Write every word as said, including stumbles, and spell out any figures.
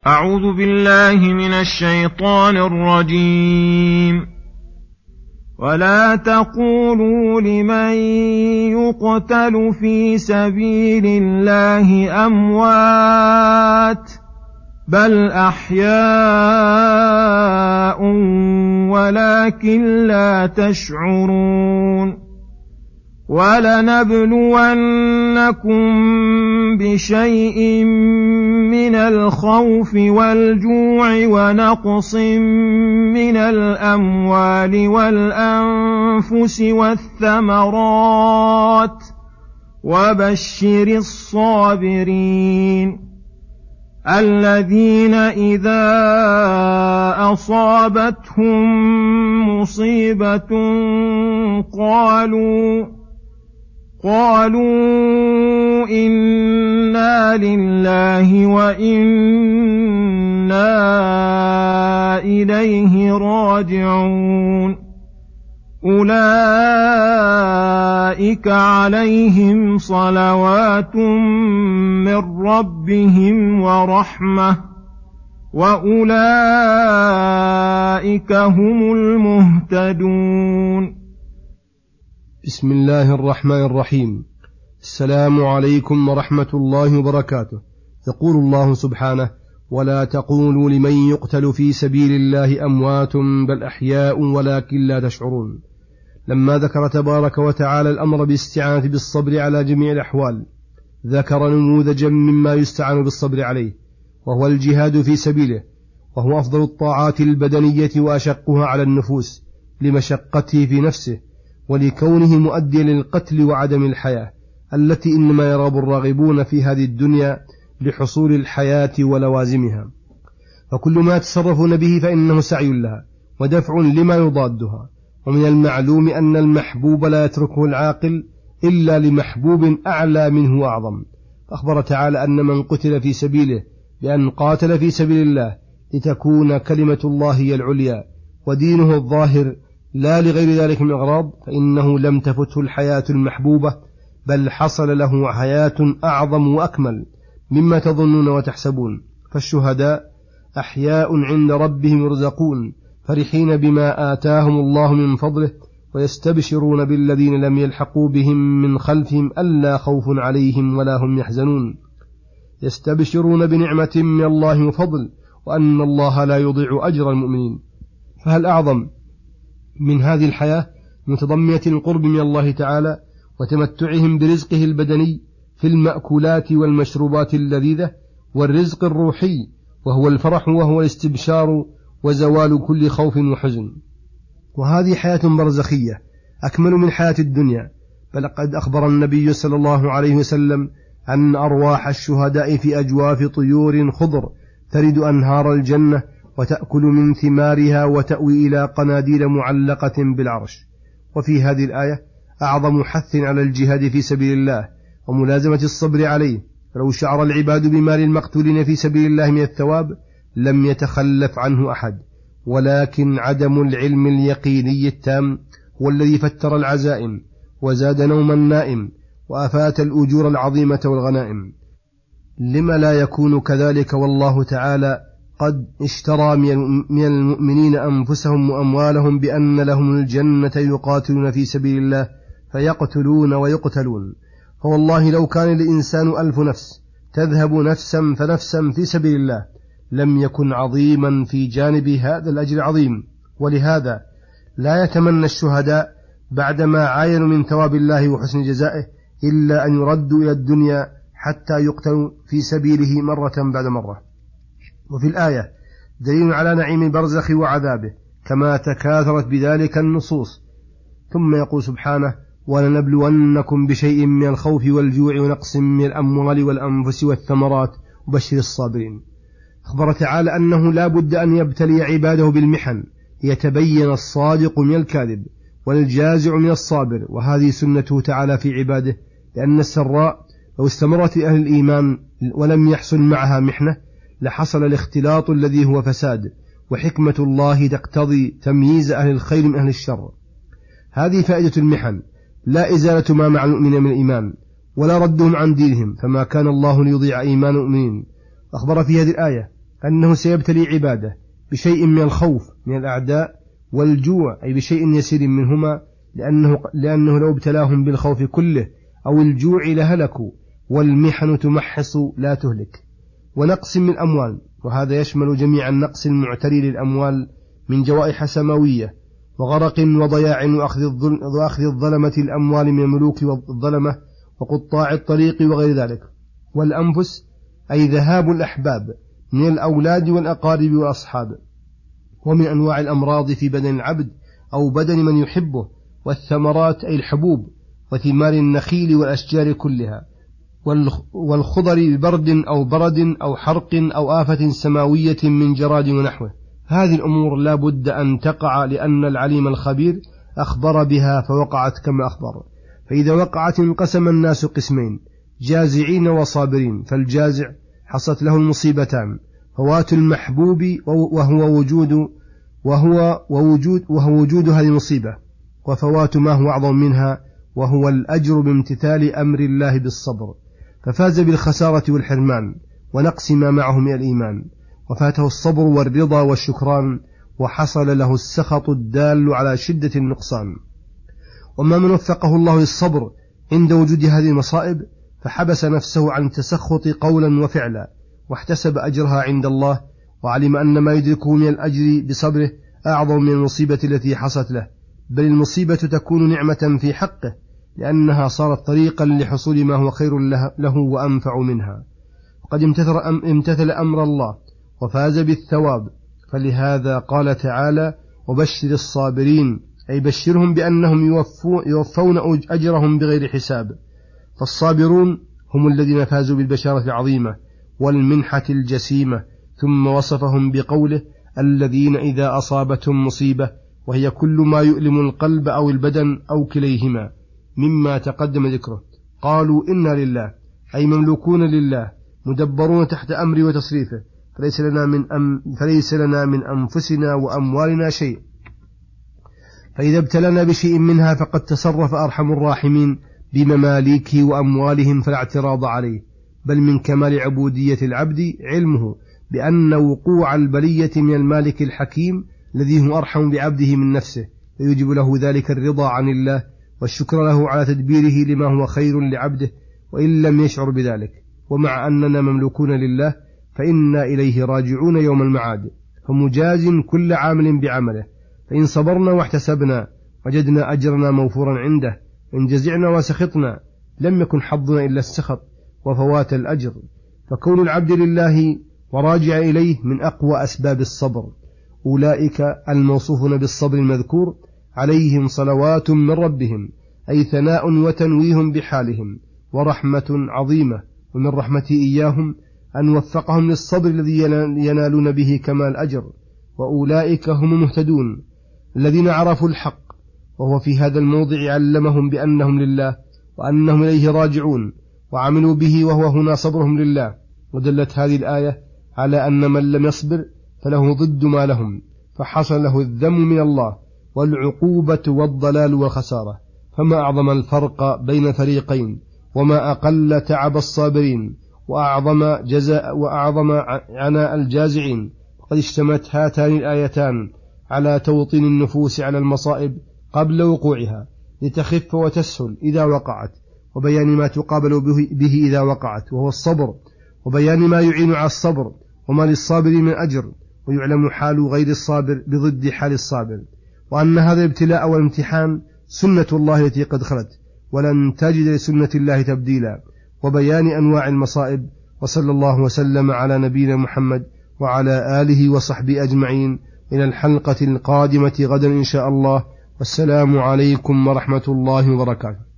أعوذ بالله من الشيطان الرجيم. ولا تقولوا لمن يقتل في سبيل الله أموات بل أحياء ولكن لا تشعرون. ولنبلونكم بشيء من الخوف والجوع ونقص من الأموال والأنفس والثمرات وبشر الصابرين الذين إذا أصابتهم مصيبة قالوا قالوا إنا لله وإنا إليه راجعون. أولئك عليهم صلوات من ربهم ورحمة وأولئك هم المهتدون. بسم الله الرحمن الرحيم. السلام عليكم ورحمة الله وبركاته. يقول الله سبحانه: ولا تقولوا لمن يقتل في سبيل الله أموات بل أحياء ولكن لا تشعرون. لما ذكر تبارك وتعالى الأمر بالاستعانة بالصبر على جميع الأحوال، ذكر نموذجا مما يستعان بالصبر عليه، وهو الجهاد في سبيله، وهو أفضل الطاعات البدنية وأشقها على النفوس لمشقته في نفسه ولكونه مؤديا للقتل وعدم الحياة التي إنما يرغب الراغبون في هذه الدنيا لحصول الحياة ولوازمها، فكل ما يتصرفون به فإنه سعي لها ودفع لما يضادها. ومن المعلوم أن المحبوب لا يتركه العاقل إلا لمحبوب أعلى منه وأعظم. أخبر تعالى أن من قتل في سبيله بأن قاتل في سبيل الله لتكون كلمة الله هي العليا ودينه الظاهر لا لغير ذلك من أغراض، فإنه لم تفته الحياة المحبوبة، بل حصل له حياة أعظم وأكمل مما تظنون وتحسبون. فالشهداء أحياء عند ربهم يرزقون، فرحين بما آتاهم الله من فضله، ويستبشرون بالذين لم يلحقوا بهم من خلفهم ألا خوف عليهم ولا هم يحزنون. يستبشرون بنعمة من الله وفضل، وأن الله لا يضيع أجر المؤمنين. فهل أعظم من هذه الحياة متضمنة القرب من الله تعالى وتمتعهم برزقه البدني في المأكولات والمشروبات اللذيذة، والرزق الروحي وهو الفرح وهو الاستبشار وزوال كل خوف وحزن. وهذه حياة برزخية أكمل من حياة الدنيا، بل قد أخبر النبي صلى الله عليه وسلم أن أرواح الشهداء في أجواف طيور خضر ترد أنهار الجنة وتأكل من ثمارها وتأوي إلى قناديل معلقة بالعرش. وفي هذه الآية أعظم حث على الجهاد في سبيل الله وملازمة الصبر عليه. لو شعر العباد بمال المقتولين في سبيل الله من الثواب لم يتخلف عنه أحد، ولكن عدم العلم اليقيني التام هو الذي فتر العزائم وزاد نوم النائم وأفات الأجور العظيمة والغنائم. لما لا يكون كذلك والله تعالى قد اشترى من المؤمنين أنفسهم وأموالهم بأن لهم الجنة يقاتلون في سبيل الله فيقتلون ويقتلون. فوالله لو كان الإنسان ألف نفس تذهب نفسا فنفسا في سبيل الله لم يكن عظيما في جانب هذا الأجر العظيم. ولهذا لا يتمنى الشهداء بعدما عاينوا من ثواب الله وحسن جزائه إلا أن يردوا إلى الدنيا حتى يقتلوا في سبيله مرة بعد مرة. وفي الآية دليل على نعيم البرزخ وعذابه كما تكاثرت بذلك النصوص. ثم يقول سبحانه: ولنبلونكم بشيء من الخوف والجوع ونقص من الأموال والأنفس والثمرات وبشر الصابرين. أخبر تعالى أنه لا بد أن يبتلي عباده بالمحن يتبين الصادق من الكاذب والجازع من الصابر، وهذه سنته تعالى في عباده، لأن السراء لو استمرت أهل الإيمان ولم يحصل معها محنة لحصل الاختلاط الذي هو فساد، وحكمة الله تقتضي تمييز أهل الخير من أهل الشر. هذه فائدة المحن، لا إزالة ما مع المؤمنين من الإيمان ولا ردهم عن دينهم، فما كان الله ليضيع إيمان المؤمنين. أخبر في هذه الآية أنه سيبتلي عباده بشيء من الخوف من الأعداء والجوع أي بشيء يسير منهما، لأنه, لأنه لو ابتلاهم بالخوف كله أو الجوع لهلكوا، والمحن تمحص لا تهلك. ونقص من الأموال، وهذا يشمل جميع النقص المعتري للأموال من جوائح سماوية وغرق وضياع وأخذ الظلمة الأموال من الملوك والظلمة وقطاع الطريق وغير ذلك. والأنفس أي ذهاب الأحباب من الأولاد والأقارب والأصحاب. ومن أنواع الأمراض في بدن العبد أو بدن من يحبه. والثمرات أي الحبوب وثمار النخيل والأشجار كلها. والخضر ببرد أو برد أو حرق أو آفة سماوية من جراد ونحوه. هذه الأمور لا بد أن تقع، لأن العليم الخبير أخبر بها فوقعت كما أخبر. فإذا وقعت انقسم الناس قسمين، جازعين وصابرين. فالجازع حصلت له المصيبتان: فوات المحبوب وهو وجود وهو ووجود وهو وجود هذه المصيبة، وفوات ما هو أعظم منها وهو الأجر بامتثال أمر الله بالصبر، ففاز بالخسارة والحرمان ونقص ما معه من الإيمان، وفاته الصبر والرضا والشكران، وحصل له السخط الدال على شدة النقصان. وما من وفقه الله للصبر عند وجود هذه المصائب فحبس نفسه عن التسخط قولا وفعلا، واحتسب أجرها عند الله، وعلم أن ما يدركه من الأجر بصبره أعظم من المصيبة التي حصلت له، بل المصيبة تكون نعمة في حقه، لأنها صارت طريقا لحصول ما هو خير له وأنفع منها. وقد امتثل أمر الله وفاز بالثواب، فلهذا قال تعالى: وبشر الصابرين، أي بشرهم بأنهم يوفون أجرهم بغير حساب. فالصابرون هم الذين فازوا بالبشارة العظيمة والمنحة الجسيمة. ثم وصفهم بقوله: الذين إذا أصابتهم مصيبة، وهي كل ما يؤلم القلب أو البدن أو كليهما مما تقدم ذكره، قالوا إنا لله، أي مملوكون لله مدبرون تحت أمره وتصريفه، فليس لنا من, أم فليس لنا من أنفسنا وأموالنا شيء. فإذا ابتلنا بشيء منها فقد تصرف أرحم الراحمين بمماليكه وأموالهم فلا اعتراض عليه، بل من كمال عبودية العبد علمه بأن وقوع البلية من المالك الحكيم الذي هو أرحم بعبده من نفسه، فيجب له ذلك الرضا عن الله والشكر له على تدبيره لما هو خير لعبده وإن لم يشعر بذلك. ومع أننا مملوكون لله فإنا إليه راجعون يوم المعاد، فمجاز كل عامل بعمله، فإن صبرنا واحتسبنا وجدنا أجرنا موفورا عنده، إن جزعنا وسخطنا لم يكن حظنا إلا السخط وفوات الأجر. فكون العبد لله وراجع إليه من أقوى أسباب الصبر. أولئك الموصوفون بالصبر المذكور عليهم صلوات من ربهم، أي ثناء وتنويه بحالهم ورحمة عظيمة، ومن رحمته إياهم أن وفقهم للصبر الذي ينالون به كمال الأجر. وأولئك هم المهتدون الذين عرفوا الحق، وهو في هذا الموضع علمهم بأنهم لله وأنهم إليه راجعون وعملوا به، وهو هنا صبرهم لله. ودلت هذه الآية على أن من لم يصبر فله ضد ما لهم، فحصل له الذم من الله والعقوبة والضلال والخسارة. فما أعظم الفرق بين الفريقين، وما أقل تعب الصابرين، وأعظم جزاء وأعظم عناء الجازعين. وقد اشتملت هاتان الآيتان على توطين النفوس على المصائب قبل وقوعها لتخف وتسهل إذا وقعت، وبيان ما تقابل به إذا وقعت وهو الصبر، وبيان ما يعين على الصبر وما للصابر من أجر، ويعلم حال غير الصابر بضد حال الصابر، وأن هذا الابتلاء والامتحان سنة الله التي قد خلت ولن تجد لسنة الله تبديلا، وبيان أنواع المصائب. وصلى الله وسلم على نبينا محمد وعلى آله وصحبه أجمعين، إلى الحلقة القادمة غدا إن شاء الله، والسلام عليكم ورحمة الله وبركاته.